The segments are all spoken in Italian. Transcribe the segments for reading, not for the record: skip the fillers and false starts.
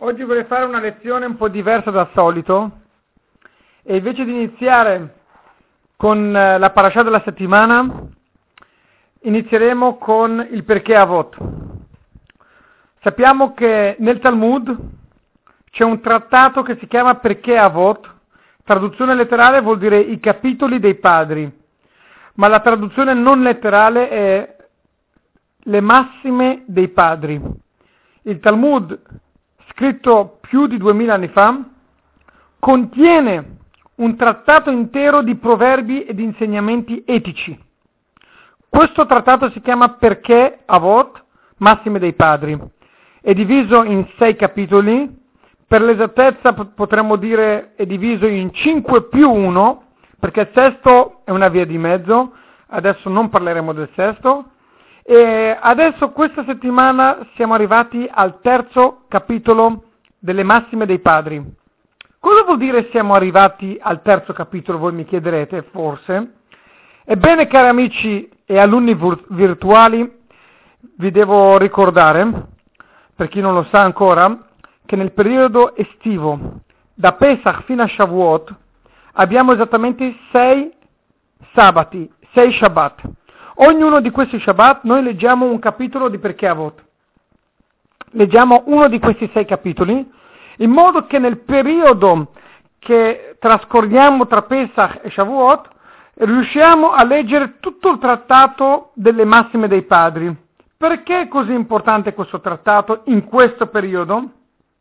Oggi vorrei fare una lezione un po' diversa dal solito e invece di iniziare con la parasha della settimana inizieremo con il perché Avot. Sappiamo che nel Talmud c'è un trattato che si chiama Perché Avot, traduzione letterale vuol dire i capitoli dei padri, ma la traduzione non letterale è le massime dei padri. Il Talmud, scritto più di 2000 anni fa, contiene un trattato intero di proverbi e di insegnamenti etici. Questo trattato si chiama Perché Avot, massime dei padri. È diviso in 6 capitoli, per l'esattezza potremmo dire è diviso in 5 più 1, perché il sesto è una via di mezzo, adesso non parleremo del sesto. E adesso questa settimana siamo arrivati al terzo capitolo delle massime dei padri. Cosa vuol dire siamo arrivati al terzo capitolo, voi mi chiederete forse? Ebbene, cari amici e alunni virtuali, vi devo ricordare, per chi non lo sa ancora, che nel periodo estivo, da Pesach fino a Shavuot, abbiamo esattamente 6 sabati, 6 Shabbat. Ognuno di questi Shabbat noi leggiamo un capitolo di Perché Avot. Leggiamo uno di questi 6 capitoli, in modo che nel periodo che trascorriamo tra Pesach e Shavuot riusciamo a leggere tutto il trattato delle massime dei padri. Perché è così importante questo trattato in questo periodo?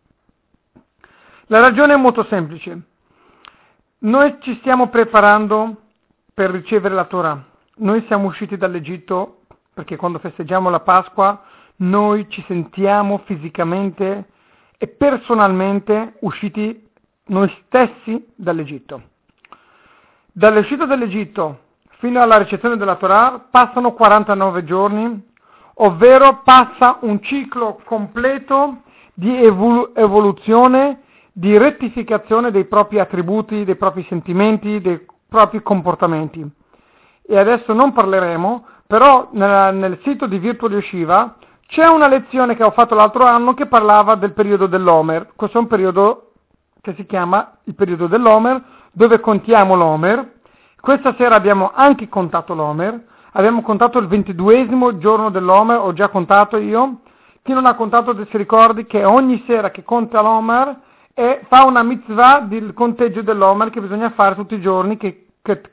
La ragione è molto semplice. Noi ci stiamo preparando per ricevere la Torah. Noi siamo usciti dall'Egitto perché quando festeggiamo la Pasqua noi ci sentiamo fisicamente e personalmente usciti noi stessi dall'Egitto. Dall'uscita dall'Egitto fino alla ricezione della Torah passano 49 giorni, ovvero passa un ciclo completo di evoluzione, di rettificazione dei propri attributi, dei propri sentimenti, dei propri comportamenti. E adesso non parleremo, però nel sito di Virtual Yeshiva c'è una lezione che ho fatto l'altro anno che parlava del periodo dell'Omer. Questo è un periodo che si chiama il periodo dell'Omer, dove contiamo l'Omer. Questa sera abbiamo anche contato l'Omer, abbiamo contato il 22esimo giorno dell'Omer, ho già contato io. Chi non ha contato si ricordi che ogni sera che conta l'Omer fa una mitzvah del conteggio dell'Omer che bisogna fare tutti i giorni che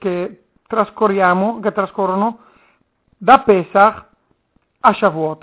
trascorrono da Pesach a Shavuot.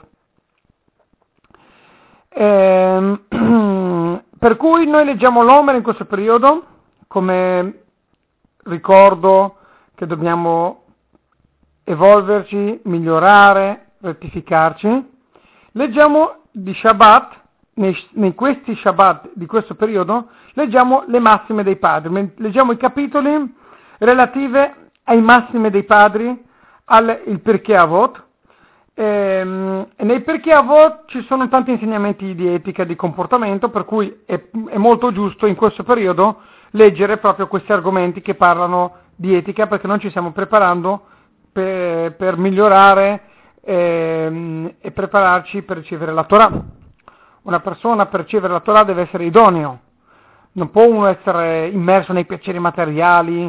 Per cui noi leggiamo l'Omer in questo periodo come ricordo che dobbiamo evolverci, migliorare, rettificarci. Leggiamo di Shabbat, in questi Shabbat di questo periodo, leggiamo le massime dei padri, leggiamo i capitoli relative ai massime dei padri, il Perché Avot. E nei Perché Avot ci sono tanti insegnamenti di etica, di comportamento, per cui è molto giusto in questo periodo leggere proprio questi argomenti che parlano di etica, perché noi ci stiamo preparando per migliorare e prepararci per ricevere la Torah. Una persona per ricevere la Torah deve essere idoneo, non può uno essere immerso nei piaceri materiali,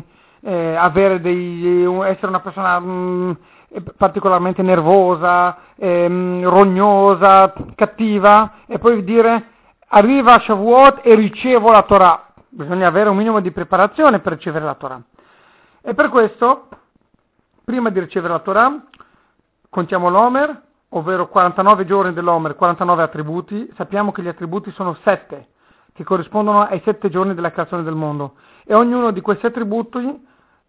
essere una persona particolarmente nervosa, rognosa, cattiva, e poi dire arriva a Shavuot e ricevo la Torah. Bisogna avere un minimo di preparazione per ricevere la Torah. E per questo, prima di ricevere la Torah, contiamo l'Omer, ovvero 49 giorni dell'Omer, 49 attributi. Sappiamo che gli attributi sono 7, che corrispondono ai 7 giorni della creazione del mondo. E ognuno di questi attributi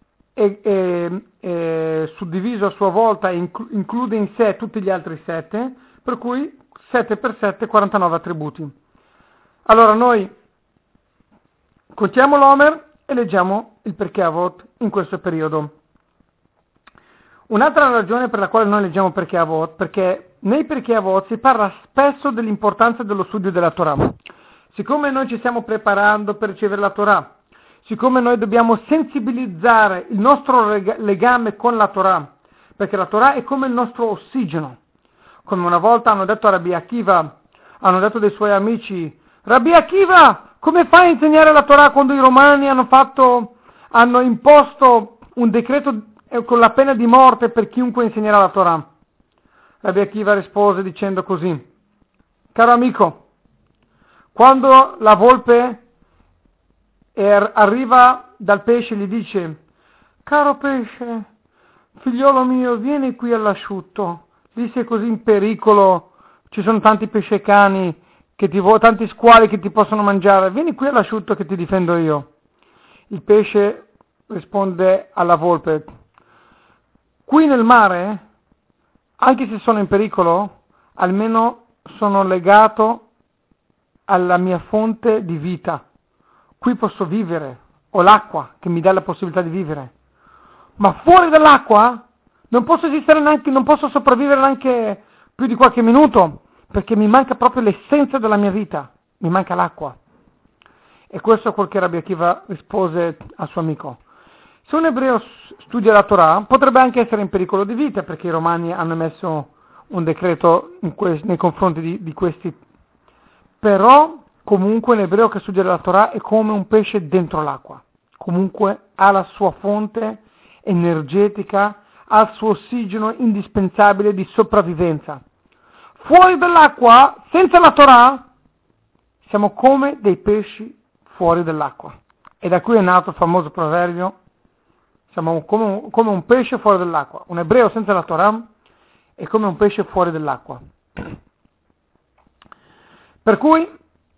è suddiviso a sua volta e include in sé tutti gli altri 7, per cui 7 per 7, 49 attributi. Allora noi contiamo l'Omer e leggiamo il Perché Avot in questo periodo. Un'altra ragione per la quale noi leggiamo Perché Avot, perché nei Perché Avot si parla spesso dell'importanza dello studio della Torah. Siccome noi ci stiamo preparando per ricevere la Torah, siccome noi dobbiamo sensibilizzare il nostro legame con la Torah, perché la Torah è come il nostro ossigeno. Come una volta hanno detto a Rabbi Akiva, hanno detto dei suoi amici, Rabbi Akiva, come fai a insegnare la Torah quando i romani hanno imposto un decreto con la pena di morte per chiunque insegnerà la Torah? Rabbi Akiva rispose dicendo così: caro amico, quando la volpe arriva dal pesce e gli dice: caro pesce, figliolo mio, vieni qui all'asciutto, lì sei così in pericolo, ci sono tanti pescecani, tanti squali che ti possono mangiare, vieni qui all'asciutto che ti difendo io. Il pesce risponde alla volpe: qui nel mare, anche se sono in pericolo, almeno sono legato alla mia fonte di vita. Qui posso vivere, ho l'acqua che mi dà la possibilità di vivere. Ma fuori dall'acqua non posso esistere neanche, non posso sopravvivere neanche più di qualche minuto, perché mi manca proprio l'essenza della mia vita, mi manca l'acqua. E questo è quel che Rabbi Akiva rispose al suo amico. Se un ebreo studia la Torah, potrebbe anche essere in pericolo di vita, perché i romani hanno emesso un decreto nei confronti di questi. Però, comunque, l'ebreo che studia la Torah è come un pesce dentro l'acqua. Comunque ha la sua fonte energetica, ha il suo ossigeno indispensabile di sopravvivenza. Fuori dall'acqua, senza la Torah, siamo come dei pesci fuori dall'acqua. E da qui è nato il famoso proverbio: siamo come un pesce fuori dall'acqua. Un ebreo senza la Torah è come un pesce fuori dall'acqua. Per cui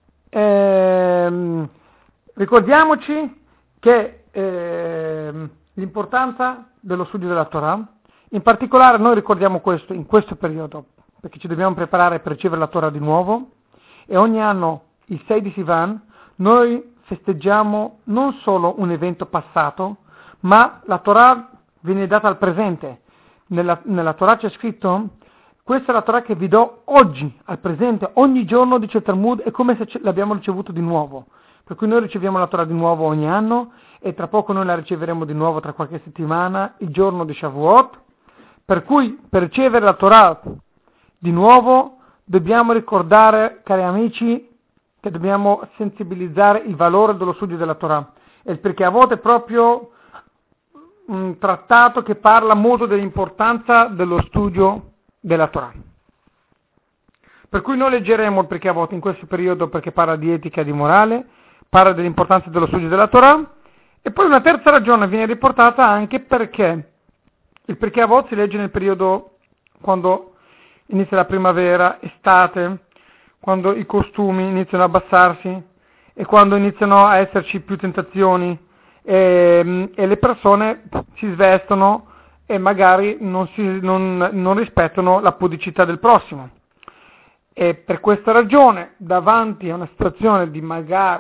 ricordiamoci che l'importanza dello studio della Torah, in particolare noi ricordiamo questo in questo periodo, perché ci dobbiamo preparare per ricevere la Torah di nuovo, e ogni anno, il 6 di Sivan, noi festeggiamo non solo un evento passato, ma la Torah viene data al presente. Nella Torah c'è scritto: questa è la Torah che vi do oggi, al presente, ogni giorno, dice il Talmud, è come se l'abbiamo ricevuto di nuovo. Per cui noi riceviamo la Torah di nuovo ogni anno, e tra poco noi la riceveremo di nuovo tra qualche settimana, il giorno di Shavuot. Per cui, per ricevere la Torah di nuovo, dobbiamo ricordare, cari amici, che dobbiamo sensibilizzare il valore dello studio della Torah. E il Pirkei Avot è proprio un trattato che parla molto dell'importanza dello studio della Torah. Per cui noi leggeremo il Pirkei Avot in questo periodo, perché parla di etica e di morale, parla dell'importanza dello studio della Torah, e poi una terza ragione viene riportata anche perché il Pirkei Avot si legge nel periodo quando inizia la primavera, estate, quando i costumi iniziano a abbassarsi e quando iniziano a esserci più tentazioni e le persone si svestono e magari non rispettano la pudicità del prossimo. E per questa ragione, davanti a una situazione di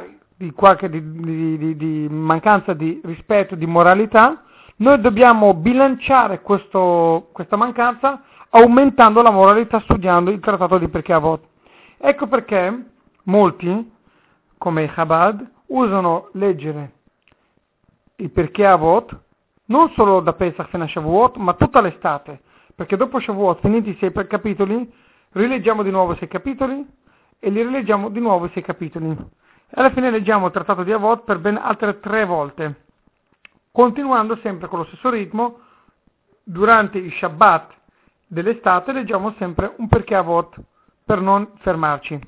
mancanza di rispetto, di moralità, noi dobbiamo bilanciare questa mancanza aumentando la moralità studiando il trattato di Pirkei Avot. Ecco perché molti, come i Chabad, usano leggere il Pirkei Avot non solo da Pesach fino a Shavuot, ma tutta l'estate, perché dopo Shavuot, finiti i 6 capitoli, rileggiamo di nuovo i 6 capitoli e li rileggiamo di nuovo i 6 capitoli. E alla fine leggiamo il trattato di Avot per ben altre 3 volte, continuando sempre con lo stesso ritmo. Durante i Shabbat dell'estate leggiamo sempre un Pirkei Avot per non fermarci.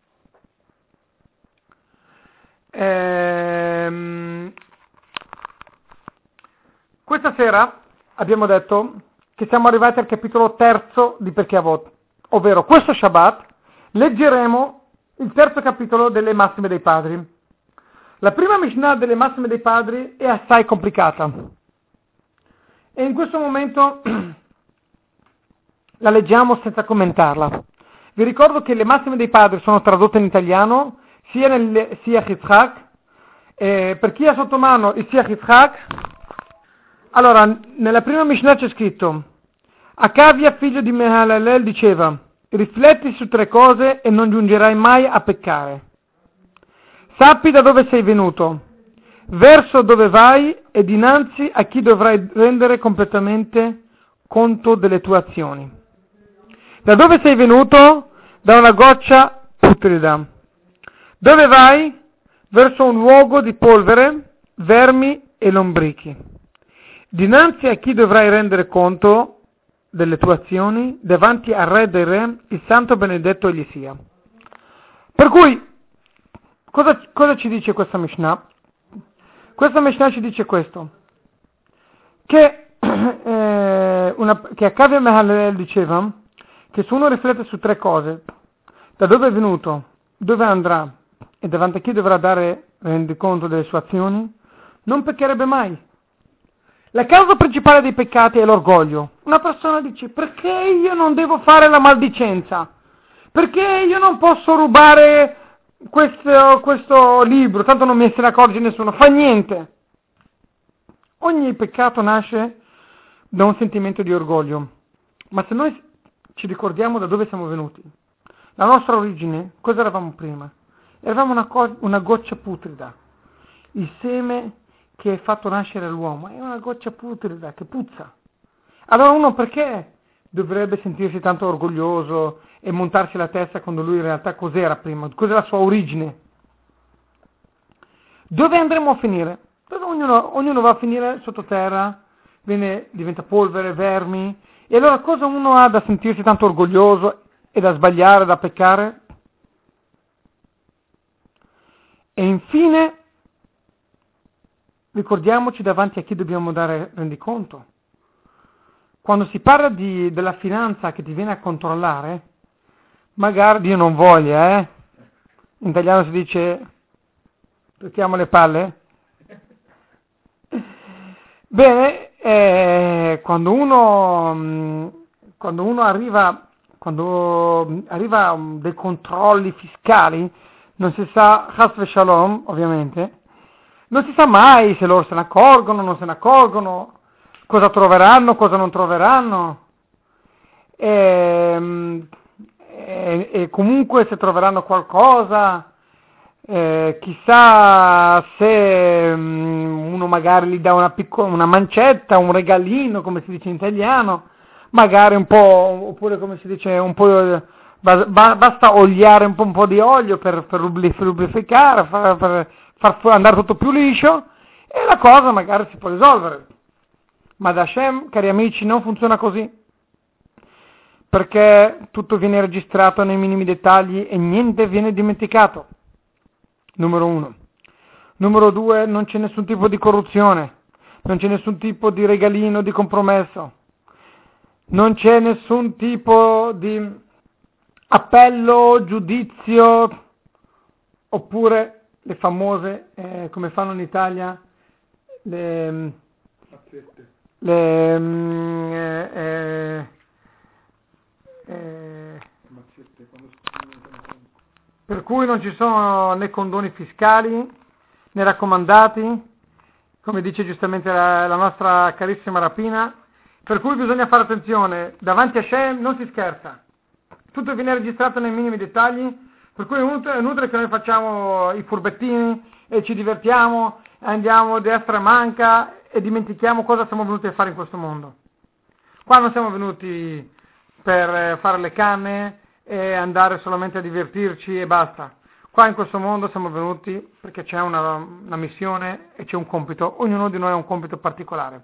Questa sera abbiamo detto che siamo arrivati al capitolo 3 di Pirkei Avot, ovvero questo Shabbat leggeremo il 3° capitolo delle Massime dei Padri. La prima Mishnah delle Massime dei Padri è assai complicata e in questo momento la leggiamo senza commentarla. Vi ricordo che le Massime dei Padri sono tradotte in italiano sia nel Siach Yitzhak, per chi ha sotto mano il Siach Yitzhak. Allora, nella prima Mishnah c'è scritto: Akavia, figlio di Mehalalel, diceva: rifletti su 3 cose e non giungerai mai a peccare. Sappi da dove sei venuto, verso dove vai e dinanzi a chi dovrai rendere completamente conto delle tue azioni. Da dove sei venuto? Da una goccia putrida. Dove vai? Verso un luogo di polvere, vermi e lombrichi. Dinanzi a chi dovrai rendere conto delle tue azioni, davanti al Re dei Re, il Santo benedetto egli sia. Per cui, cosa ci dice questa Mishnah? Questa Mishnah ci dice questo, che Akavia Mehalel diceva che se uno riflette su tre cose, da dove è venuto, dove andrà e davanti a chi dovrà dare rendiconto delle sue azioni, non peccherebbe mai. La causa principale dei peccati è l'orgoglio. Una persona dice: perché io non devo fare la maldicenza? Perché io non posso rubare questo libro? Tanto non me se ne accorge nessuno. Fa niente. Ogni peccato nasce da un sentimento di orgoglio. Ma se noi ci ricordiamo da dove siamo venuti, la nostra origine, cosa eravamo prima? Eravamo una goccia putrida. Il seme che ha fatto nascere l'uomo è una goccia putrida che puzza. Allora uno perché dovrebbe sentirsi tanto orgoglioso e montarsi la testa quando lui in realtà cos'era prima? Cos'è la sua origine? Dove andremo a finire? Dove ognuno va a finire sottoterra, diventa polvere, vermi. E allora cosa uno ha da sentirsi tanto orgoglioso e da sbagliare, da peccare? E infine ricordiamoci davanti a chi dobbiamo dare rendiconto. Quando si parla della finanza che ti viene a controllare, magari Dio non voglia, in italiano si dice tocchiamo le palle. Bene, quando arriva dei controlli fiscali, non si sa, Chas ve Shalom, ovviamente, non si sa mai se loro se ne accorgono, non se ne accorgono, cosa troveranno, cosa non troveranno, e comunque se troveranno qualcosa, chissà se uno magari gli dà una mancetta, un regalino, come si dice in italiano, magari un po', oppure come si dice, un po', basta oliare un po' di olio per lubrificare, per far andare tutto più liscio, e la cosa magari si può risolvere. Ma da Hashem, cari amici, non funziona così, perché tutto viene registrato nei minimi dettagli e niente viene dimenticato. Numero 1. Numero 2, non c'è nessun tipo di corruzione, non c'è nessun tipo di regalino, di compromesso, non c'è nessun tipo di appello, giudizio, oppure le famose, come fanno in Italia, per cui non ci sono né condoni fiscali né raccomandati, come dice giustamente la nostra carissima Rapina, per cui bisogna fare attenzione, davanti a Hashem non si scherza, tutto viene registrato nei minimi dettagli, per cui è inutile che noi facciamo i furbettini e ci divertiamo, andiamo di destra e manca e dimentichiamo cosa siamo venuti a fare in questo mondo. Qua non siamo venuti per fare le canne e andare solamente a divertirci e basta. Qua in questo mondo siamo venuti perché c'è una missione e c'è un compito, ognuno di noi ha un compito particolare.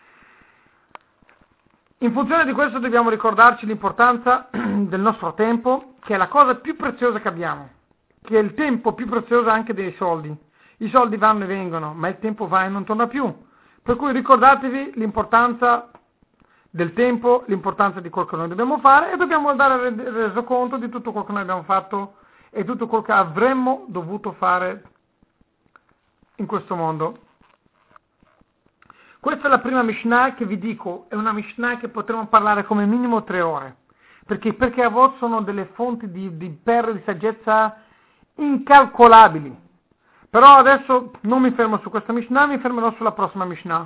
In funzione di questo dobbiamo ricordarci l'importanza del nostro tempo, che è la cosa più preziosa che abbiamo, che è il tempo più prezioso anche dei soldi. I soldi vanno e vengono, ma il tempo va e non torna più. Per cui ricordatevi l'importanza del tempo, l'importanza di quello che noi dobbiamo fare e dobbiamo dare resoconto di tutto quello che noi abbiamo fatto e tutto quello che avremmo dovuto fare in questo mondo. Questa è la prima Mishnah che vi dico, è una Mishnah che potremo parlare come minimo 3 ore, perché a voi sono delle fonti di perle di saggezza incalcolabili. Però adesso non mi fermo su questa Mishnah, mi fermerò sulla prossima Mishnah.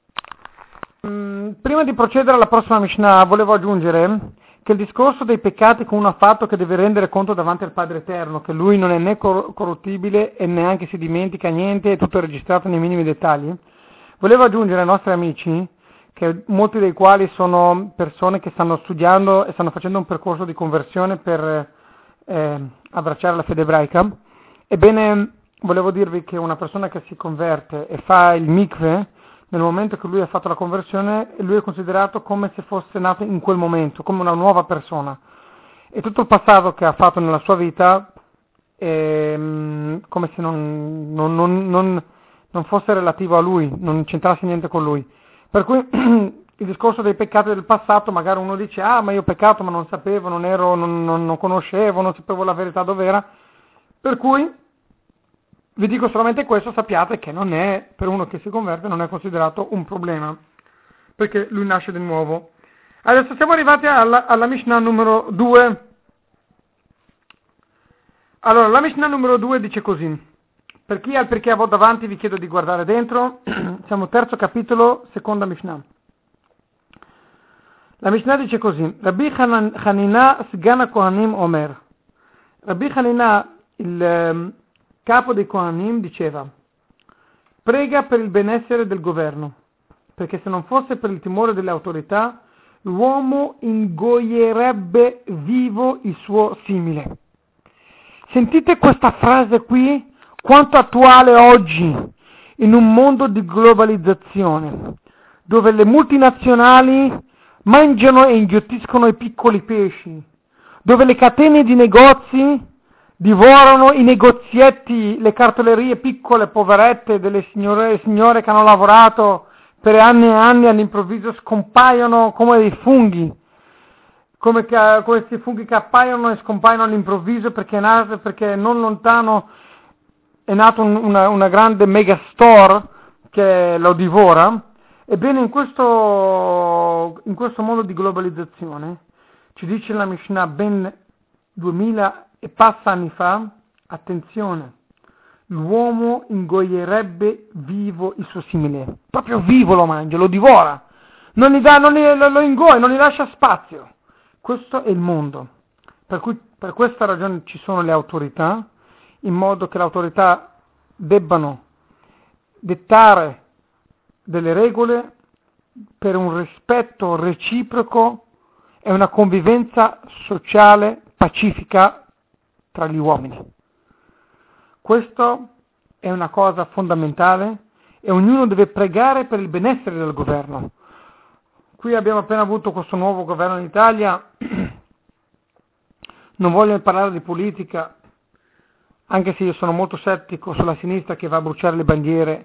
Prima di procedere alla prossima Mishnah volevo aggiungere che il discorso dei peccati che uno ha fatto, che deve rendere conto davanti al Padre Eterno, che lui non è né corruttibile e neanche si dimentica niente, è tutto registrato nei minimi dettagli, volevo aggiungere ai nostri amici, che molti dei quali sono persone che stanno studiando e stanno facendo un percorso di conversione per abbracciare la fede ebraica, Ebbene, volevo dirvi che una persona che si converte e fa il mikveh, nel momento che lui ha fatto la conversione, lui è considerato come se fosse nato in quel momento, come una nuova persona. E tutto il passato che ha fatto nella sua vita è come se non fosse relativo a lui, non c'entrasse niente con lui. Per cui il discorso dei peccati del passato, magari uno dice, ma io ho peccato ma non sapevo, non conoscevo, non sapevo la verità dov'era. Per cui vi dico solamente questo, sappiate che non è, per uno che si converte, non è considerato un problema, perché lui nasce di nuovo. Adesso siamo arrivati alla Mishnah numero 2. Allora, la Mishnah numero 2 dice così. Per chi ha il perché a voi davanti vi chiedo di guardare dentro. Siamo terzo capitolo, seconda Mishnah. La Mishnah dice così. Rabbi Hanina Sgana Kohanim Omer. Rabbi Hanina, il capo dei Kohanim, diceva: prega per il benessere del governo, perché se non fosse per il timore delle autorità, l'uomo ingoierebbe vivo il suo simile. Sentite questa frase qui, quanto attuale oggi, in un mondo di globalizzazione, dove le multinazionali mangiano e inghiottiscono i piccoli pesci, dove le catene di negozi divorano i negozietti, le cartolerie piccole, poverette delle signore che hanno lavorato per anni e anni, all'improvviso scompaiono come dei funghi, come questi funghi che appaiono e scompaiono all'improvviso perché non lontano è nato una grande mega store che lo divora. Ebbene, in questo mondo di globalizzazione, ci dice la Mishnah ben 2000 e passa anni fa, attenzione, l'uomo ingoierebbe vivo il suo simile, proprio vivo lo mangia, lo divora, lo ingoia, non gli lascia spazio. Questo è il mondo, per cui per questa ragione ci sono le autorità, in modo che le autorità debbano dettare delle regole per un rispetto reciproco e una convivenza sociale pacifica tra gli uomini. Questo è una cosa fondamentale e ognuno deve pregare per il benessere del governo. Qui abbiamo appena avuto questo nuovo governo in Italia, non voglio parlare di politica, anche se io sono molto scettico sulla sinistra che va a bruciare le bandiere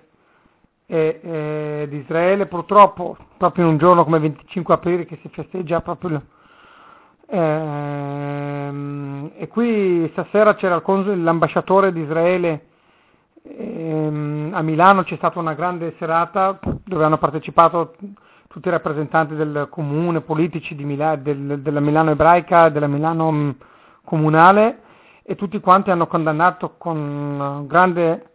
di Israele, purtroppo proprio in un giorno come 25 aprile che si festeggia proprio e qui stasera c'era l'ambasciatore di Israele a Milano, c'è stata una grande serata dove hanno partecipato tutti i rappresentanti del comune, politici di della Milano ebraica, della Milano comunale, e tutti quanti hanno condannato con grande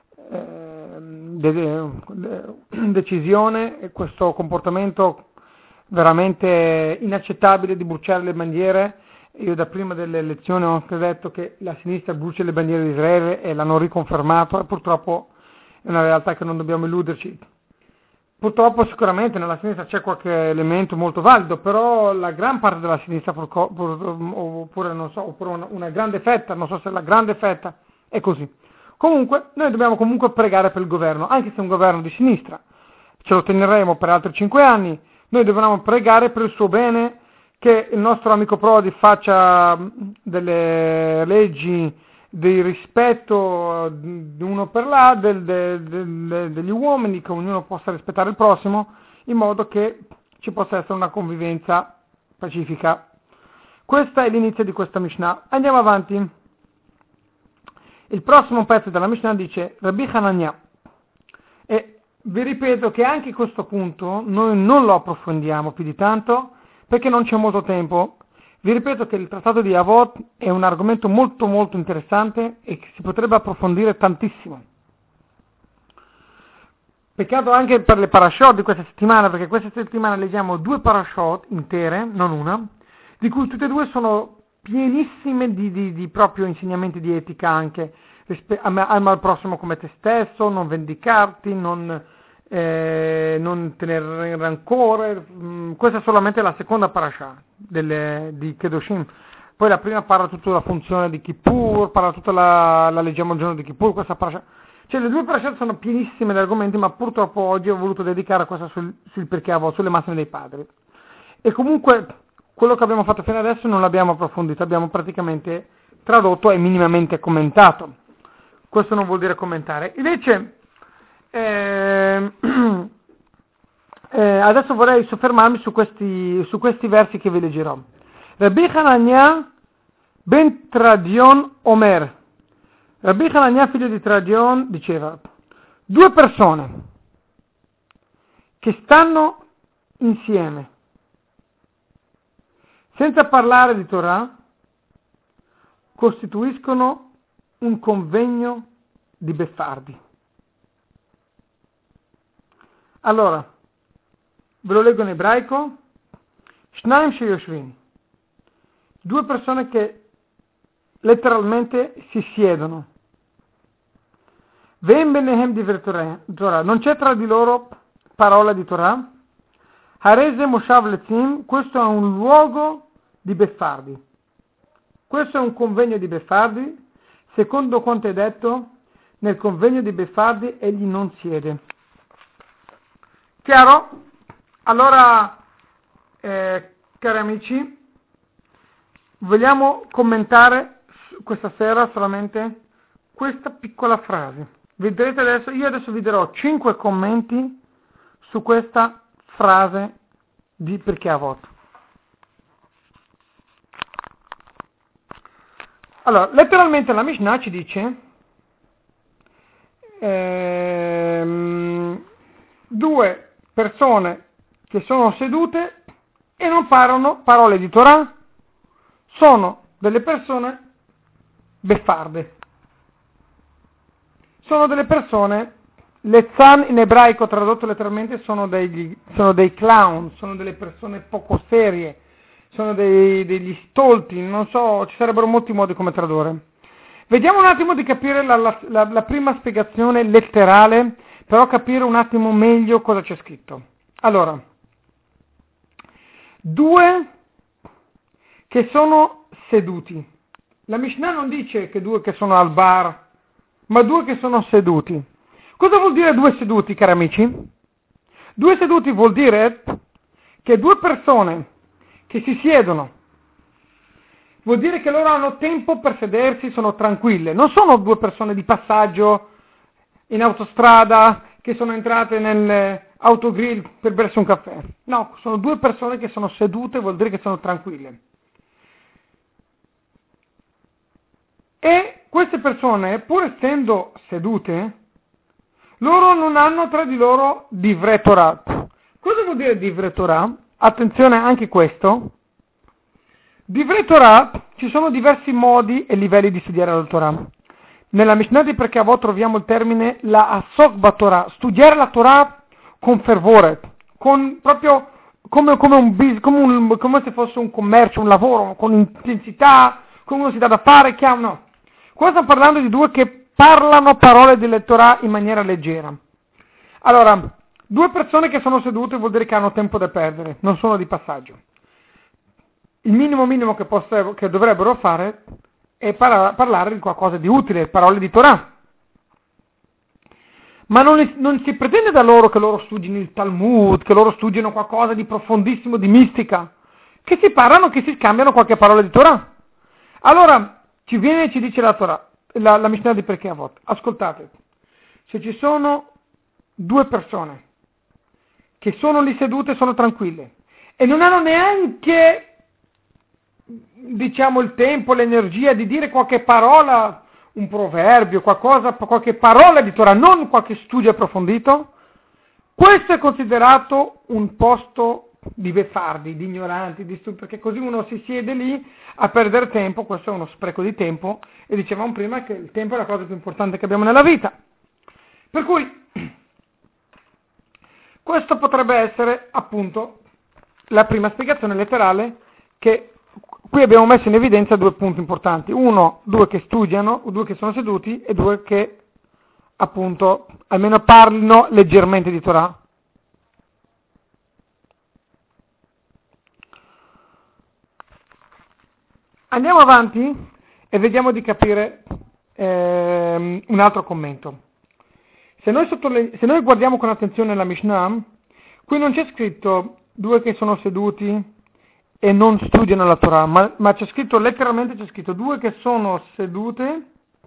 decisione questo comportamento veramente inaccettabile di bruciare le bandiere. Io da prima delle elezioni ho anche detto che la sinistra brucia le bandiere di Israele e l'hanno riconfermato, e purtroppo è una realtà che non dobbiamo illuderci. Purtroppo sicuramente nella sinistra c'è qualche elemento molto valido, però la gran parte della sinistra, oppure una grande fetta, non so se la grande fetta è così. Comunque, noi dobbiamo comunque pregare per il governo, anche se è un governo di sinistra. Ce lo teneremo per altri 5 anni, noi dobbiamo pregare per il suo bene, che il nostro amico Prodi faccia delle leggi di rispetto di uno per degli uomini, che ognuno possa rispettare il prossimo, in modo che ci possa essere una convivenza pacifica. Questo è l'inizio di questa Mishnah. Andiamo avanti. Il prossimo pezzo della Mishnah dice Rabbi Hanania, e vi ripeto che anche questo punto noi non lo approfondiamo più di tanto perché non c'è molto tempo. Vi ripeto che il trattato di Avot è un argomento molto molto interessante e che si potrebbe approfondire tantissimo. Peccato anche per le parashot di questa settimana, perché questa settimana leggiamo 2 parashot intere, non una, di cui tutte e 2 sono pienissime di proprio insegnamenti di etica, anche ama il prossimo come te stesso, non vendicarti, non tenere rancore. Questa è solamente la seconda parasha di Kedoshim. poi la prima parla tutta la funzione di Kippur, parla tutta la leggiamo il giorno di Kippur, questa parasha. Cioè le due parashat sono pienissime di argomenti, ma purtroppo oggi ho voluto dedicare a questa sul perché Avot, sulle massime dei padri. E comunque quello che abbiamo fatto fino adesso non l'abbiamo approfondito, abbiamo praticamente tradotto e minimamente commentato. Questo non vuol dire commentare. Invece adesso vorrei soffermarmi su questi versi che vi leggerò. Rabbi Hanania ben Tradion Omer. Rabbi Hanania, figlio di Tradion, diceva: due persone che stanno insieme senza parlare di Torah costituiscono un convegno di beffardi. Allora, ve lo leggo in ebraico. Shnaim sheyoshvin. Due persone che letteralmente si siedono. Ve'em benehem divrei Torah. Non c'è tra di loro parola di Torah. Hareze moshav letzim. Questo è un luogo di beffardi. Questo è un convegno di beffardi. Secondo quanto è detto, nel convegno di beffardi egli non siede. Chiaro? Allora, cari amici, vogliamo commentare questa sera solamente questa piccola frase. Vedrete adesso, io adesso vi darò 5 commenti su questa frase di perché Avot. Allora, letteralmente la Mishnah ci dice due persone che sono sedute e non parlano parole di Torah sono delle persone beffarde. Sono delle persone, lezzan in ebraico tradotto letteralmente sono dei clown, sono delle persone poco serie, sono degli stolti, non so, ci sarebbero molti modi come tradurre. Vediamo un attimo di capire la prima spiegazione letterale, però capire un attimo meglio cosa c'è scritto. Allora, due che sono seduti. La Mishnah non dice che due che sono al bar, ma due che sono seduti. Cosa vuol dire due seduti, cari amici? Due seduti vuol dire che due persone che si siedono, vuol dire che loro hanno tempo per sedersi, sono tranquille. Non sono due persone di passaggio in autostrada che sono entrate nell'autogrill per bersi un caffè. No, sono due persone che sono sedute, vuol dire che sono tranquille. E queste persone, pur essendo sedute, loro non hanno tra di loro divrei Torah. Cosa vuol dire divrei Torah? Attenzione anche questo. Divrei Torah, ci sono diversi modi e livelli di studiare la Torah. Nella Mishnah di Perché Avot troviamo il termine la asok batorah, studiare la Torah con fervore, con proprio come se fosse un commercio, un lavoro, con intensità, come uno si dà da fare, no. Qua stiamo parlando di due che parlano parole della Torah in maniera leggera. Allora, due persone che sono sedute vuol dire che hanno tempo da perdere, non sono di passaggio. Il minimo che dovrebbero fare è parlare di qualcosa di utile, parole di Torah. Ma non si pretende da loro che loro studino il Talmud, che loro studino qualcosa di profondissimo, di mistica, che si parlano, che si scambiano qualche parola di Torah. Allora, ci viene e ci dice la Torah, la Mishnah di Perché Avot. Ascoltate, se ci sono due persone che sono lì sedute, sono tranquille, e non hanno neanche, diciamo, il tempo, l'energia di dire qualche parola, un proverbio, qualche parola di Torah, non qualche studio approfondito, questo è considerato un posto di beffardi, di ignoranti, perché così uno si siede lì a perdere tempo. Questo è uno spreco di tempo, e dicevamo prima che il tempo è la cosa più importante che abbiamo nella vita. Per cui questo potrebbe essere appunto la prima spiegazione letterale, che qui abbiamo messo in evidenza due punti importanti. Uno, due che studiano, due che sono seduti, e due che appunto almeno parlino leggermente di Torah. Andiamo avanti e vediamo di capire un altro commento. Se noi guardiamo con attenzione la Mishnah, qui non c'è scritto due che sono seduti e non studiano la Torah, ma c'è scritto letteralmente, c'è scritto due che sono sedute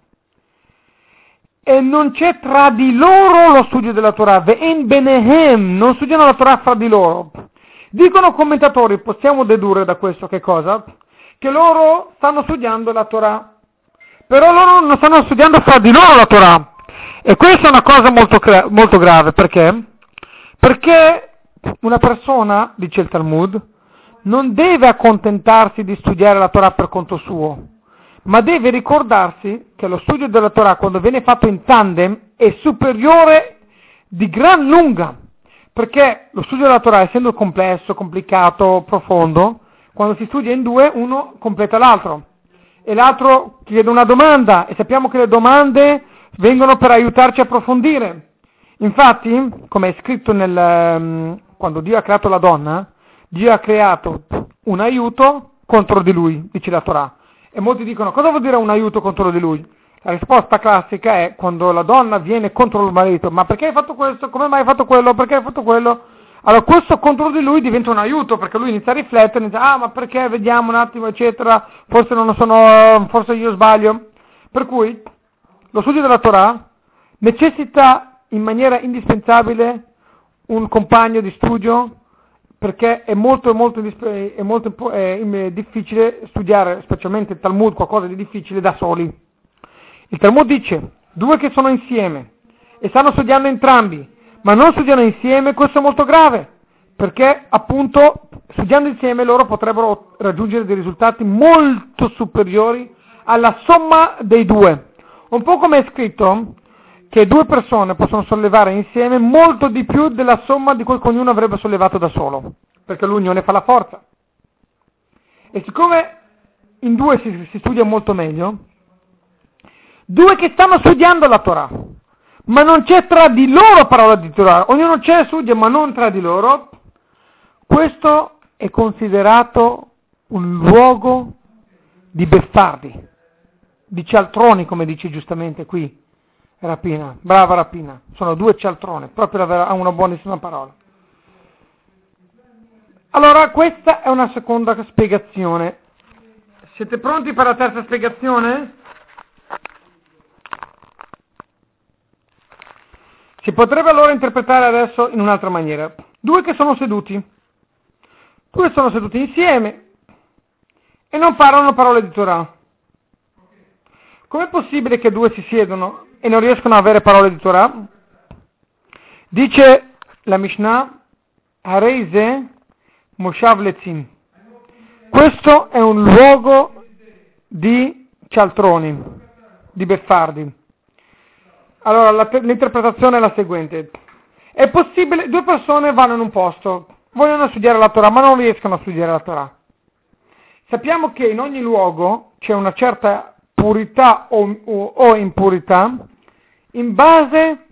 e non c'è tra di loro lo studio della Torah, ve'en benehem, non studiano la Torah fra di loro. Dicono commentatori, possiamo dedurre da questo che cosa? Che loro stanno studiando la Torah, però loro non stanno studiando fra di loro la Torah. E questa è una cosa molto grave, perché? Perché una persona, dice il Talmud, non deve accontentarsi di studiare la Torah per conto suo, ma deve ricordarsi che lo studio della Torah, quando viene fatto in tandem, è superiore di gran lunga, perché lo studio della Torah, essendo complesso, complicato, profondo, quando si studia in due, uno completa l'altro, e l'altro chiede una domanda, e sappiamo che le domande vengono per aiutarci a approfondire. Infatti, come è scritto quando Dio ha creato la donna, Dio ha creato un aiuto contro di lui, dice la Torah. E molti dicono, cosa vuol dire un aiuto contro di lui? La risposta classica è quando la donna viene contro il marito, ma perché hai fatto questo? Come mai hai fatto quello? Perché hai fatto quello? Allora questo contro di lui diventa un aiuto, perché lui inizia a riflettere, inizia, ma perché? Vediamo un attimo, eccetera, forse io sbaglio. Per cui lo studio della Torah necessita in maniera indispensabile un compagno di studio, perché è molto difficile studiare, specialmente il Talmud, qualcosa di difficile da soli. Il Talmud dice, due che sono insieme e stanno studiando entrambi, ma non studiano insieme, questo è molto grave, perché appunto studiando insieme loro potrebbero raggiungere dei risultati molto superiori alla somma dei due. Un po' come è scritto che due persone possono sollevare insieme molto di più della somma di quel che ognuno avrebbe sollevato da solo, perché l'unione fa la forza. E siccome in due si studia molto meglio, due che stanno studiando la Torah, ma non c'è tra di loro parola di Torah, ognuno c'è, studia, ma non tra di loro, questo è considerato un luogo di beffardi, di cialtroni, come dice giustamente qui Rapina, brava Rapina, sono due cialtroni, proprio ha una buonissima parola. Allora, questa è una seconda spiegazione. Siete pronti per la terza spiegazione? Si potrebbe allora interpretare adesso in un'altra maniera. Due che sono seduti insieme e non parlano parole di Torah. Com'è possibile che due si siedono e non riescono ad avere parole di Torah? Dice la Mishnah, Hareise Moshav Letzim. Questo è un luogo di cialtroni, di beffardi. Allora, l'interpretazione è la seguente. È possibile, due persone vanno in un posto, vogliono studiare la Torah, ma non riescono a studiare la Torah. Sappiamo che in ogni luogo c'è una certa purità o impurità in base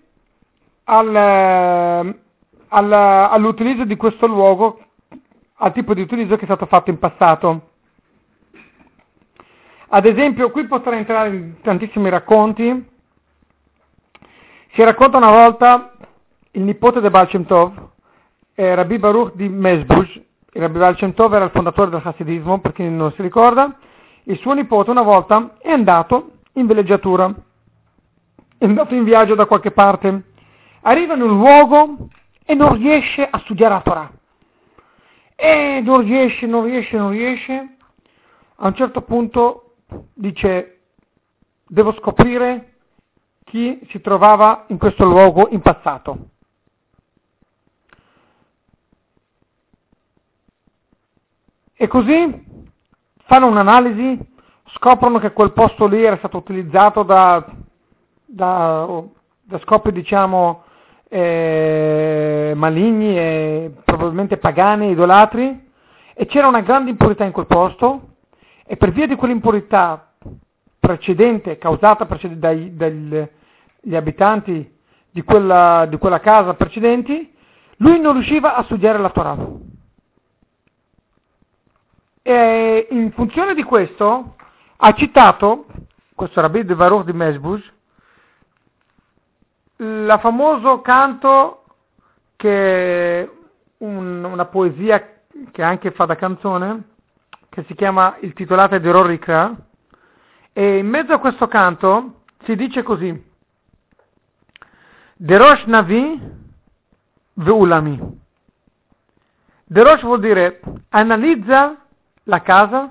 all'utilizzo di questo luogo, al tipo di utilizzo che è stato fatto in passato. Ad esempio, qui potrei entrare in tantissimi racconti. Si racconta una volta il nipote di Baal Shem Tov, Rabbi Baruch di Mezbush. Rabbi Baal Shem Tov era il fondatore del Hasidismo, per chi non si ricorda. Il suo nipote una volta è andato in villeggiatura, è andato in viaggio da qualche parte, arriva in un luogo e non riesce a studiare la Torah. E non riesce. A un certo punto dice, devo scoprire chi si trovava in questo luogo in passato. E così fanno un'analisi, scoprono che quel posto lì era stato utilizzato da scopi, diciamo, maligni e probabilmente pagani, idolatri, e c'era una grande impurità in quel posto, e per via di quell'impurità precedente, causata dagli abitanti di quella casa precedenti, lui non riusciva a studiare la Torah. E in funzione di questo ha citato, questo Rabbi de Baruch di Mesbush, il famoso canto che una poesia che anche fa da canzone, che si chiama il titolato di Rorikra, e in mezzo a questo canto si dice così: Derosh Navi Veulami. Derosh vuol dire analizza la casa,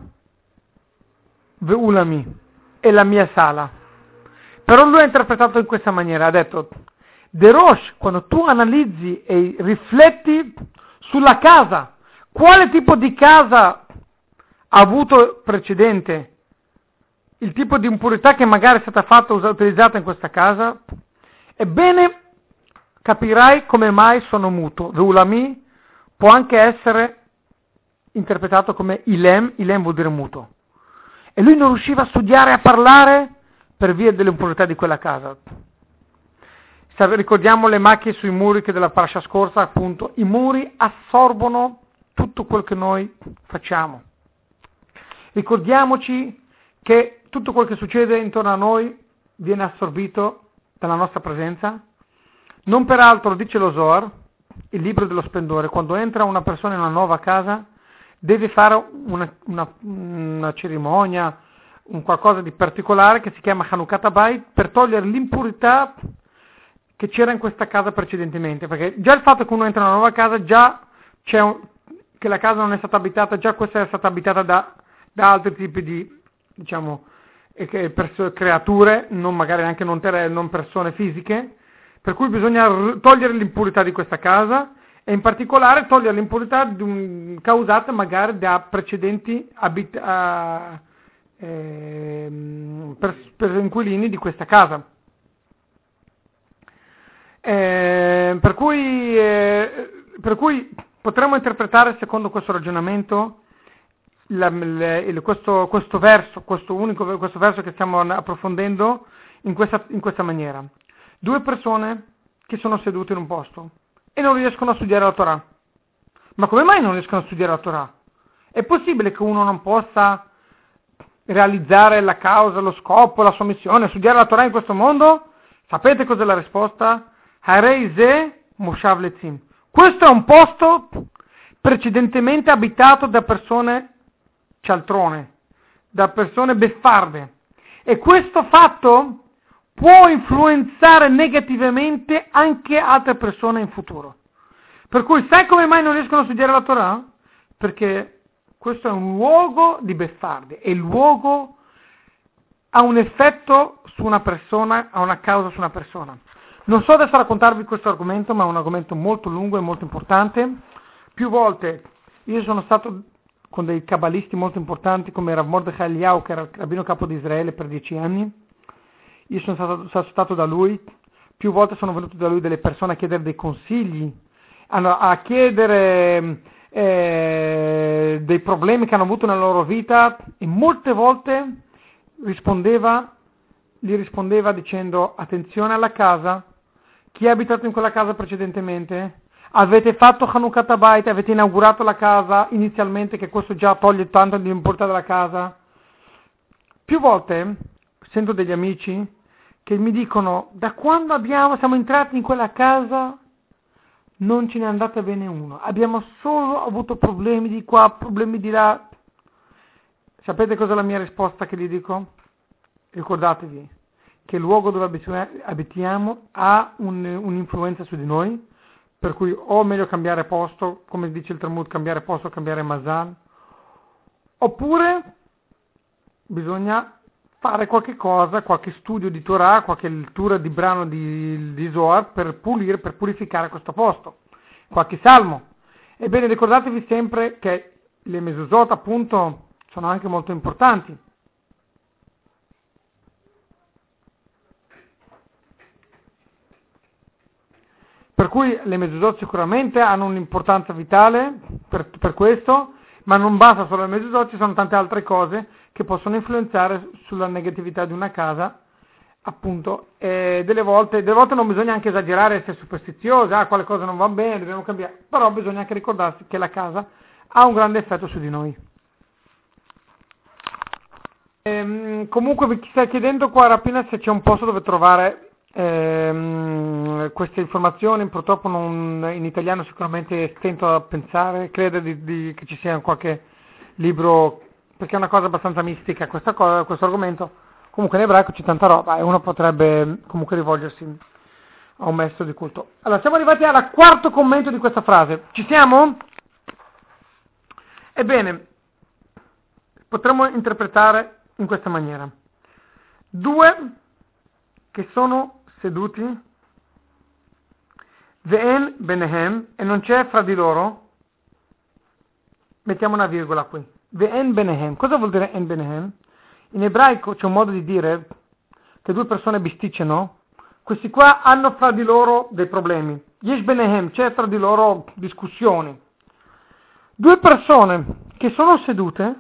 Veulami è la mia sala. Però lui ha interpretato in questa maniera, ha detto Derosh, quando tu analizzi e rifletti sulla casa, quale tipo di casa ha avuto precedente, il tipo di impurità che magari è stata fatta, utilizzata in questa casa, ebbene capirai come mai sono muto. Veulami può anche essere interpretato come Ilem vuol dire muto. E lui non riusciva a studiare, a parlare per via delle impurità di quella casa. Ricordiamo le macchie sui muri che della parasha scorsa, appunto, i muri assorbono tutto quello che noi facciamo. Ricordiamoci che tutto quello che succede intorno a noi viene assorbito dalla nostra presenza. Non peraltro, dice lo Zohar, il libro dello splendore, quando entra una persona in una nuova casa deve fare una cerimonia, un qualcosa di particolare che si chiama Chanukata Bayit, per togliere l'impurità che c'era in questa casa precedentemente, perché già il fatto che uno entra in una nuova casa, già c'è che la casa non è stata abitata, già questa è stata abitata da altri tipi di, diciamo, creature, non magari anche non persone fisiche, per cui bisogna togliere l'impurità di questa casa e in particolare togliere l'impurità causata magari da precedenti per inquilini di questa casa. Per cui potremmo interpretare secondo questo ragionamento questo verso che stiamo approfondendo in questa maniera. Due persone che sono sedute in un posto e non riescono a studiare la Torah. Ma come mai non riescono a studiare la Torah? È possibile che uno non possa realizzare la causa, lo scopo, la sua missione, studiare la Torah in questo mondo? Sapete cos'è la risposta? Harei ze moshav letzim. Questo è un posto precedentemente abitato da persone cialtrone, da persone beffarde. E questo fatto può influenzare negativamente anche altre persone in futuro. Per cui sai come mai non riescono a studiare la Torah? Perché questo è un luogo di beffardi e il luogo ha un effetto su una persona, ha una causa su una persona. Non so adesso raccontarvi questo argomento, ma è un argomento molto lungo e molto importante. Più volte io sono stato con dei cabalisti molto importanti come Rav Mordechai Eliyahu, che era il rabbino capo di Israele per 10 anni. Io sono stato da lui, più volte sono venuto da lui delle persone a chiedere dei consigli, a chiedere dei problemi che hanno avuto nella loro vita, e molte volte gli rispondeva dicendo: attenzione alla casa, chi ha abitato in quella casa precedentemente? Avete fatto Chanukah Bayit, avete inaugurato la casa inizialmente, che questo già toglie tanto di importanza della casa. Più volte sento degli amici che mi dicono: da quando siamo entrati in quella casa non ce n'è andata bene uno, abbiamo solo avuto problemi di qua, problemi di là. Sapete cos'è la mia risposta che gli dico? Ricordatevi che il luogo dove abitiamo ha un'influenza su di noi, per cui o meglio cambiare posto, come dice il Talmud, cambiare posto, cambiare mazal, oppure bisogna fare qualche cosa, qualche studio di Torah, qualche lettura di brano di Zohar per purificare questo posto, qualche salmo. Ebbene, ricordatevi sempre che le mezuzot appunto sono anche molto importanti. Per cui le mezuzot sicuramente hanno un'importanza vitale per questo, ma non basta solo le mezuzot, ci sono tante altre cose che possono influenzare sulla negatività di una casa, appunto, e delle volte non bisogna anche esagerare, essere superstiziosi, quale cosa non va bene, dobbiamo cambiare, però bisogna anche ricordarsi che la casa ha un grande effetto su di noi. Comunque vi sta chiedendo qua Rapina se c'è un posto dove trovare queste informazioni. Purtroppo in italiano sicuramente stento a pensare, credo che ci sia qualche libro, perché è una cosa abbastanza mistica questo argomento. Comunque in ebraico c'è tanta roba e uno potrebbe comunque rivolgersi a un maestro di culto. Allora, siamo arrivati al quarto commento di questa frase. Ci siamo? Ebbene, potremmo interpretare in questa maniera: due che sono seduti, ve'en benehem, e non c'è fra di loro, mettiamo una virgola qui, ve'en benehem. Cosa vuol dire en benehem? In ebraico c'è un modo di dire che due persone bisticciano, questi qua hanno fra di loro dei problemi, yesh benehem, c'è fra di loro discussioni. Due persone che sono sedute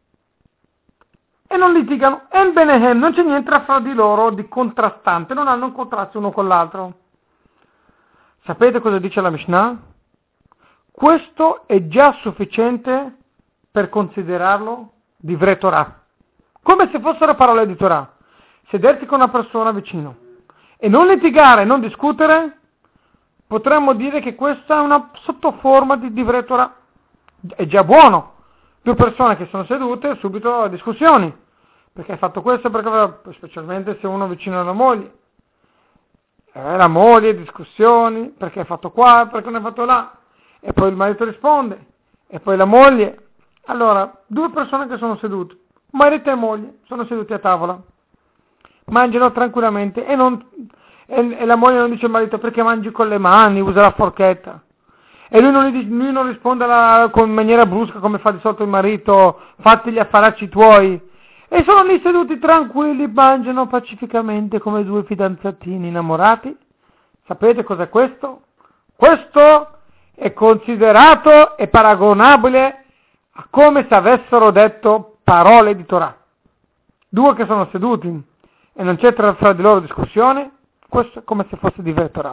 e non litigano, en benehem, non c'è niente fra di loro di contrastante, non hanno un contrasto uno con l'altro. Sapete cosa dice la Mishnah? Questo è già sufficiente per considerarlo divrei Torah, come se fossero parole di Torah. Sedersi con una persona vicino e non litigare, non discutere, potremmo dire che questa è una sottoforma di divrei Torah. È già buono. Due persone che sono sedute, subito discussioni. Perché hai fatto questo? Perché, specialmente se uno è vicino alla moglie. La moglie, discussioni, perché hai fatto qua, perché non hai fatto là. E poi il marito risponde. E poi la moglie. Allora, due persone che sono sedute, marito e moglie, sono seduti a tavola. Mangiano tranquillamente e la moglie non dice al marito perché mangi con le mani, usa la forchetta. E lui non risponde in maniera brusca come fa di solito il marito, fatti gli affaracci tuoi. E sono lì seduti tranquilli, mangiano pacificamente come due fidanzatini innamorati. Sapete cos'è questo? Questo è considerato e paragonabile a come se avessero detto parole di Torah. Due che sono seduti e non c'è fra di loro discussione, questo è come se fosse di Torah.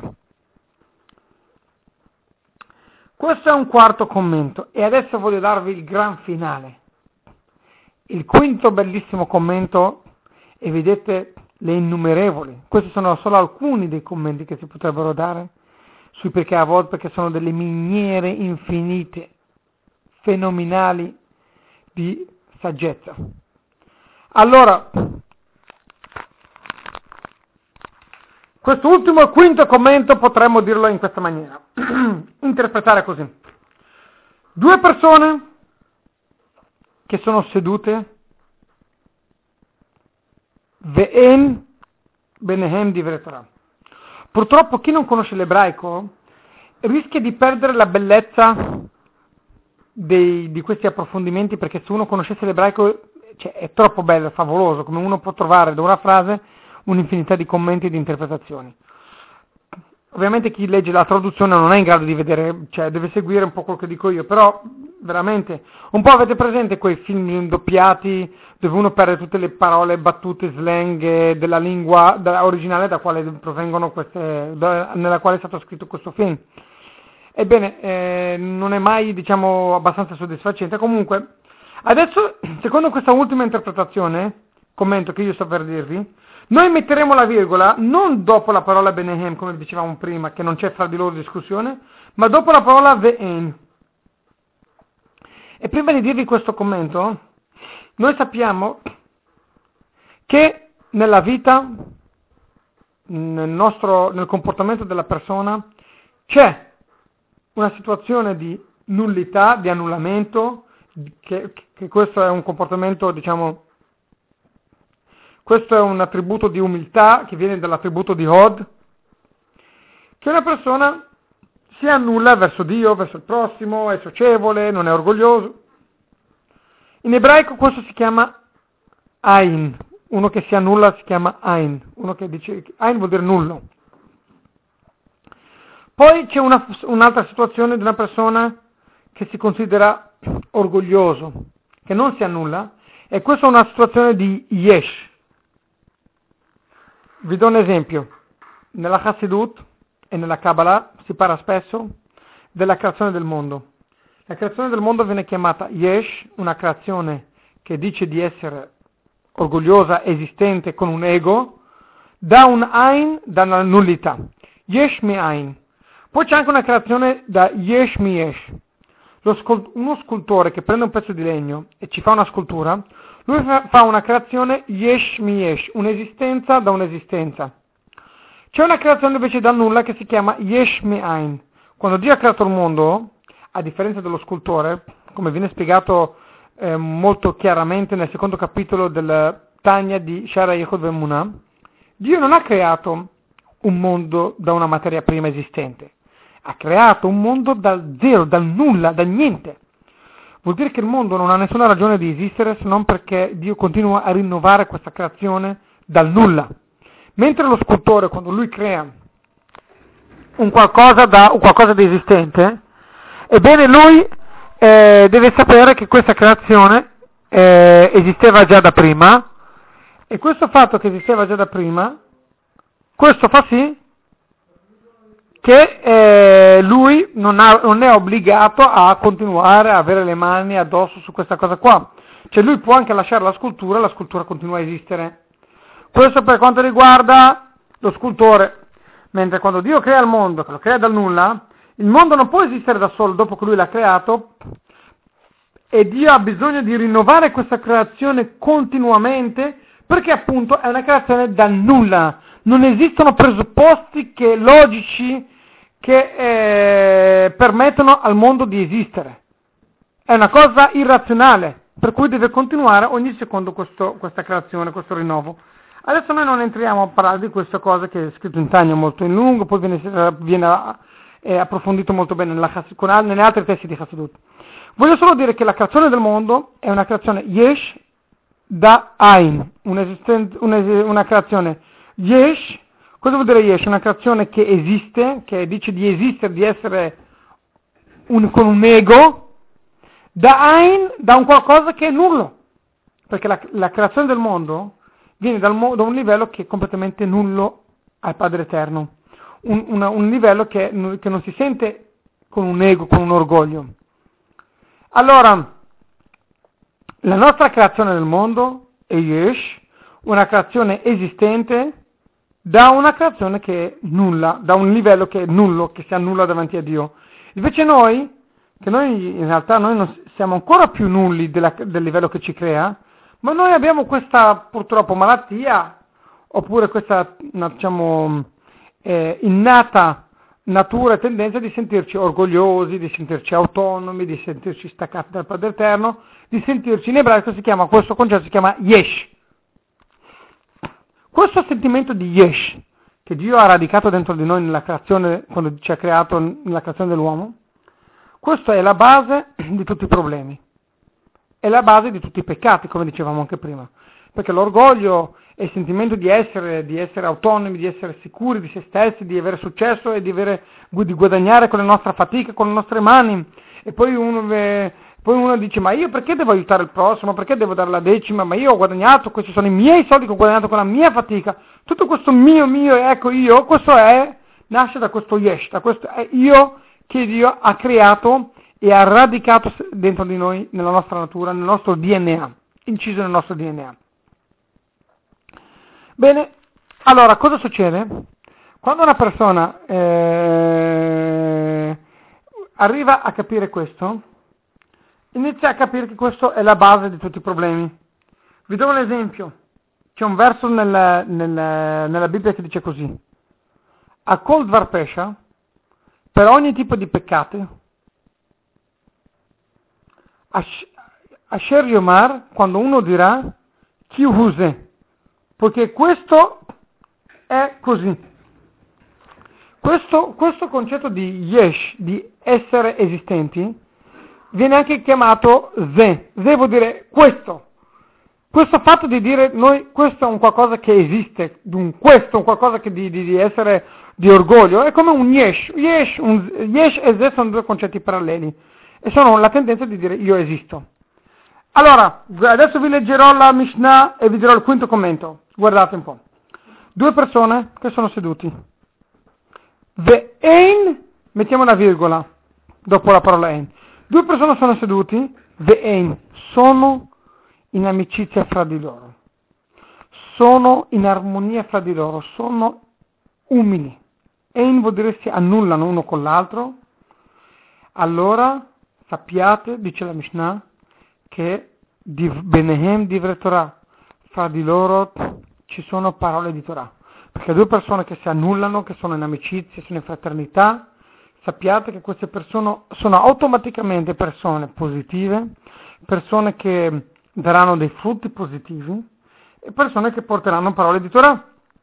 Questo è un quarto commento e adesso voglio darvi il gran finale. Il quinto bellissimo commento, e vedete le innumerevoli, questi sono solo alcuni dei commenti che si potrebbero dare sui perché a volte, perché sono delle miniere infinite, fenomenali di saggezza. Allora, questo ultimo e quinto commento potremmo dirlo in questa maniera, interpretare così: due persone che sono sedute, ve'en benehem divrei Torah. Purtroppo chi non conosce l'ebraico rischia di perdere la bellezza di questi approfondimenti, perché se uno conoscesse l'ebraico, cioè, è troppo bello, è favoloso, come uno può trovare da una frase un'infinità di commenti e di interpretazioni. Ovviamente chi legge la traduzione non è in grado di vedere, cioè deve seguire un po' quello che dico io, però veramente un po' avete presente quei film doppiati dove uno perde tutte le parole, battute, slang della lingua originale da quale provengono nella quale è stato scritto questo film. Ebbene, non è mai, diciamo, abbastanza soddisfacente. Comunque, adesso, secondo questa ultima interpretazione, commento che io sto per dirvi, noi metteremo la virgola non dopo la parola benehem, come dicevamo prima, che non c'è fra di loro discussione, ma dopo la parola ve'en. E prima di dirvi questo commento, noi sappiamo che nella vita, nel comportamento della persona, c'è una situazione di nullità, di annullamento, che questo è un comportamento, diciamo, questo è un attributo di umiltà che viene dall'attributo di Hod, che una persona si annulla verso Dio, verso il prossimo, è socievole, non è orgoglioso. In ebraico questo si chiama Ain, uno che si annulla si chiama Ain, uno che dice Ain vuol dire nullo. Poi c'è un'altra situazione di una persona che si considera orgoglioso, che non si annulla, e questa è una situazione di Yesh. Vi do un esempio. Nella Chassidut e nella Kabbalah si parla spesso della creazione del mondo. La creazione del mondo viene chiamata Yesh, una creazione che dice di essere orgogliosa, esistente, con un ego, da un Ein, da una nullità. Yesh mi Ein. Poi c'è anche una creazione da Yesh mi Yesh. Uno scultore che prende un pezzo di legno e ci fa una scultura, lui fa una creazione Yesh mi Yesh, un'esistenza da un'esistenza. C'è una creazione invece da nulla che si chiama Yesh mi Ein. Quando Dio ha creato il mondo, a differenza dello scultore, come viene spiegato molto chiaramente nel secondo capitolo del Tanya di Shara Yechud Vemuna, Dio non ha creato un mondo da una materia prima esistente, ha creato un mondo dal zero, dal nulla, dal niente. Vuol dire che il mondo non ha nessuna ragione di esistere se non perché Dio continua a rinnovare questa creazione dal nulla. Mentre lo scultore, quando lui crea un qualcosa di esistente, ebbene lui deve sapere che questa creazione esisteva già da prima, e questo fatto che esisteva già da prima, questo fa sì che lui non è obbligato a continuare a avere le mani addosso su questa cosa qua. Cioè lui può anche lasciare la scultura continua a esistere. Questo per quanto riguarda lo scultore. Mentre quando Dio crea il mondo, che lo crea dal nulla, il mondo non può esistere da solo dopo che lui l'ha creato, e Dio ha bisogno di rinnovare questa creazione continuamente, perché appunto è una creazione dal nulla. Non esistono presupposti logici che permettono al mondo di esistere. È una cosa irrazionale, per cui deve continuare ogni secondo questa creazione, questo rinnovo. Adesso noi non entriamo a parlare di questa cosa che è scritto in Tanya molto in lungo, poi viene approfondito molto bene nelle altre testi di Chassidut. Voglio solo dire che la creazione del mondo è una creazione Yesh da Ein, una creazione Yesh. Cosa vuol dire Yesh? Una creazione che esiste, che dice di esistere, di essere con un ego, da Ein, da un qualcosa che è nullo. Perché la creazione del mondo viene da un livello che è completamente nullo al Padre Eterno. Un livello che non si sente con un ego, con un orgoglio. Allora, la nostra creazione del mondo è Yesh, una creazione esistente, da una creazione che è nulla, da un livello che è nullo, che si annulla davanti a Dio. Invece noi in realtà non siamo ancora più nulli del livello che ci crea, ma noi abbiamo questa purtroppo malattia, oppure questa innata natura e tendenza di sentirci orgogliosi, di sentirci autonomi, di sentirci staccati dal Padre Eterno, di sentirci, in ebraico questo concetto si chiama Yesh. Questo sentimento di Yesh, che Dio ha radicato dentro di noi nella creazione, quando ci ha creato nella creazione dell'uomo, questo è la base di tutti i problemi, è la base di tutti i peccati, come dicevamo anche prima, perché l'orgoglio è il sentimento di essere autonomi, di essere sicuri di se stessi, di avere successo e di guadagnare con la nostra fatica, con le nostre mani, e poi uno dice: ma io perché devo aiutare il prossimo, perché devo dare la decima, ma io ho guadagnato, questi sono i miei soldi che ho guadagnato con la mia fatica, tutto questo mio, ecco io, nasce da questo Yesh, da questo è io che Dio ha creato e ha radicato dentro di noi, nella nostra natura, nel nostro DNA, inciso nel nostro DNA. Bene, allora cosa succede? Quando una persona arriva a capire questo, inizia a capire che questo è la base di tutti i problemi. Vi do un esempio. C'è un verso nella Bibbia che dice così: a kol dvar pesha, per ogni tipo di peccato, asher yomar, quando uno dirà chi use, perché questo è così. Questo concetto di Yesh, di essere esistenti, viene anche chiamato Ze. Ze vuol dire questo. Questo fatto di dire noi questo è un qualcosa che esiste, un qualcosa che di essere di orgoglio, è come un Yesh. Yesh e Ze sono due concetti paralleli e sono la tendenza di dire io esisto. Allora, adesso vi leggerò la Mishnah e vi dirò il quinto commento. Guardate un po'. Due persone che sono seduti. Ve'ein, mettiamo una virgola dopo la parola ein. Due persone sono seduti, ve'ein, sono in amicizia fra di loro. sono in armonia fra di loro, sono umili. Ein vuol dire si annullano uno con l'altro. Allora sappiate, dice la Mishnah, che Benehem divre Torah, fra di loro ci sono parole di Torah. Perché due persone che si annullano, che sono in amicizia, sono in fraternità, sappiate che queste persone sono automaticamente persone positive, persone che daranno dei frutti positivi e persone che porteranno parole di Torah.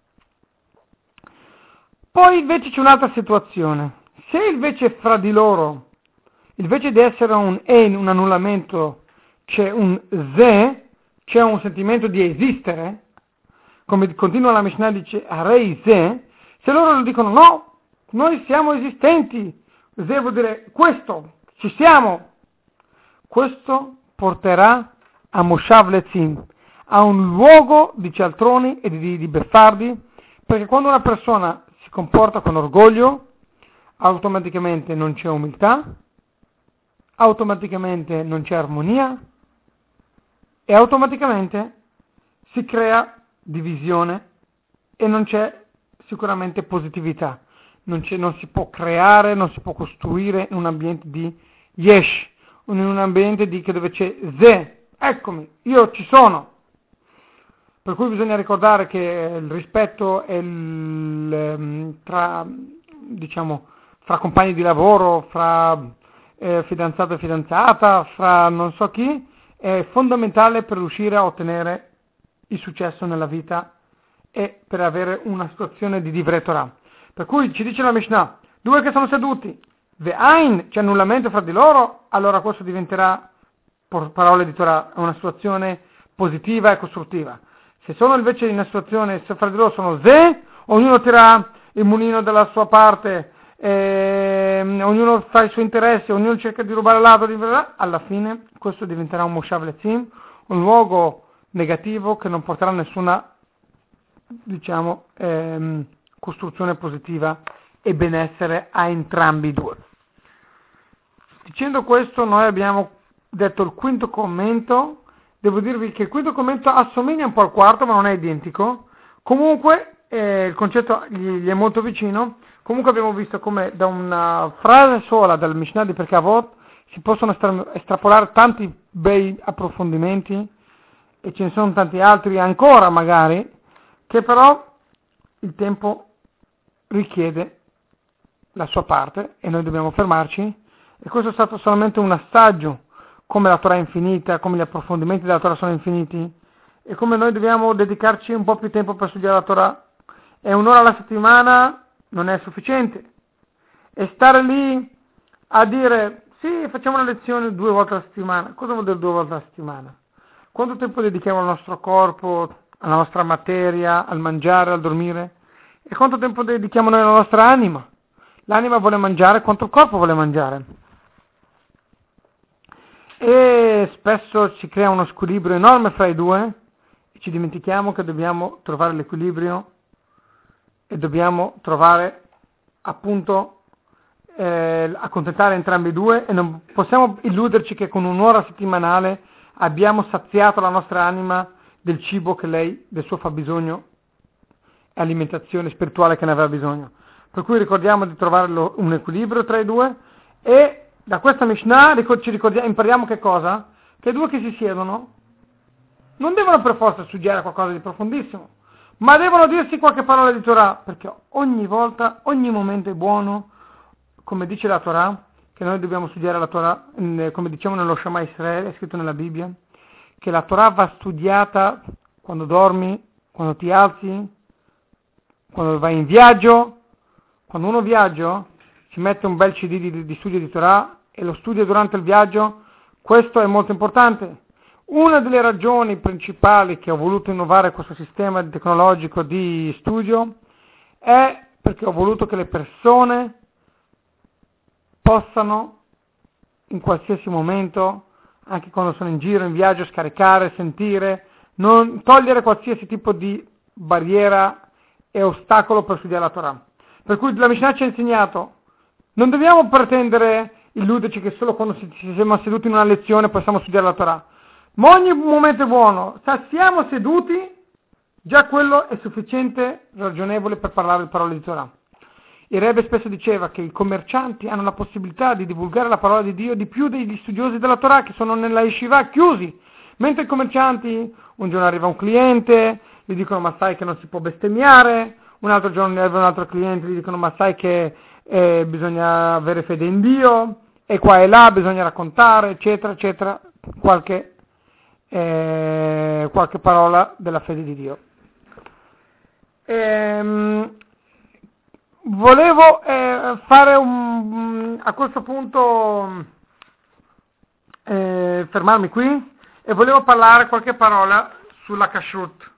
Poi invece c'è un'altra situazione. Se invece fra di loro, invece di essere un ein, un annullamento, c'è un ze, c'è un sentimento di esistere, come continua la Mishnah, dice arei ze, se loro lo dicono no, noi siamo esistenti, ze vuol dire questo, ci siamo, questo porterà a Moshav Letzim, a un luogo di cialtroni e di beffardi, perché quando una persona si comporta con orgoglio, automaticamente non c'è umiltà, automaticamente non c'è armonia e automaticamente si crea divisione e non c'è sicuramente positività. Non si può creare, non si può costruire in un ambiente di yesh, in un ambiente dove c'è ze, eccomi, io ci sono. Per cui bisogna ricordare che il rispetto è fra compagni di lavoro, fra fidanzato e fidanzata, fra non so chi, è fondamentale per riuscire a ottenere il successo nella vita e per avere una situazione di divrei Torah. Per cui ci dice la Mishnah, due che sono seduti, ve'ain, c'è annullamento fra di loro, allora questo diventerà, parole di Torah, una situazione positiva e costruttiva. Se sono invece in una situazione, se fra di loro sono ze, ognuno tira il mulino dalla sua parte, ognuno fa i suoi interessi, ognuno cerca di rubare l'altro, alla fine questo diventerà un Moshav Letzim, un luogo negativo che non porterà nessuna, costruzione positiva e benessere a entrambi i due. Dicendo questo, noi abbiamo detto il quinto commento. Devo dirvi che il quinto commento assomiglia un po' al quarto, ma non è identico. Comunque, il concetto gli è molto vicino. Comunque abbiamo visto come da una frase sola del Mishnah di Pirkei Avot si possono estrapolare tanti bei approfondimenti, e ce ne sono tanti altri ancora magari, che però il tempo richiede la sua parte e noi dobbiamo fermarci, e questo è stato solamente un assaggio come la Torah è infinita, come gli approfondimenti della Torah sono infiniti e come noi dobbiamo dedicarci un po' più tempo per studiare la Torah. E un'ora alla settimana non è sufficiente, e stare lì a dire sì, facciamo una lezione 2 volte alla settimana. Cosa vuol dire 2 volte alla settimana? Quanto tempo dedichiamo al nostro corpo, alla nostra materia, al mangiare, al dormire? E quanto tempo dedichiamo noi alla nostra anima? L'anima vuole mangiare quanto il corpo vuole mangiare. E spesso si crea uno squilibrio enorme fra i due, e ci dimentichiamo che dobbiamo trovare l'equilibrio e dobbiamo trovare appunto accontentare entrambi i due, e non possiamo illuderci che con un'ora settimanale abbiamo saziato la nostra anima del cibo che lei, del suo fabbisogno, alimentazione spirituale che ne aveva bisogno. Per cui ricordiamo di trovare un equilibrio tra i due, e da questa Mishnah impariamo che cosa? Che due che si siedono non devono per forza studiare qualcosa di profondissimo, ma devono dirsi qualche parola di Torah, perché ogni volta, ogni momento è buono, come dice la Torah, che noi dobbiamo studiare la Torah, come diciamo nello Shema Israele, è scritto nella Bibbia, che la Torah va studiata quando dormi, quando ti alzi, quando vai in viaggio. Quando uno viaggia si mette un bel CD di studio di Torah e lo studia durante il viaggio. Questo è molto importante. Una delle ragioni principali che ho voluto innovare questo sistema tecnologico di studio è perché ho voluto che le persone possano in qualsiasi momento, anche quando sono in giro, in viaggio, scaricare, sentire, non togliere qualsiasi tipo di barriera e ostacolo per studiare la Torah. Per cui la Mishnah ci ha insegnato, non dobbiamo pretendere, illuderci che solo quando ci siamo seduti in una lezione possiamo studiare la Torah, ma ogni momento è buono. Se siamo seduti, Già quello è sufficiente, ragionevole per parlare di parole di Torah. Il Rebbe spesso diceva che i commercianti hanno la possibilità di divulgare la parola di Dio di più degli studiosi della Torah che sono nella yeshiva chiusi, mentre i commercianti, un giorno arriva un cliente, gli dicono ma sai che non si può bestemmiare, un altro giorno arriva un altro cliente, gli dicono ma sai che bisogna avere fede in Dio, e qua e là bisogna raccontare, eccetera, eccetera, qualche parola della fede di Dio. Volevo fare a questo punto fermarmi qui e volevo parlare qualche parola sulla kashrut.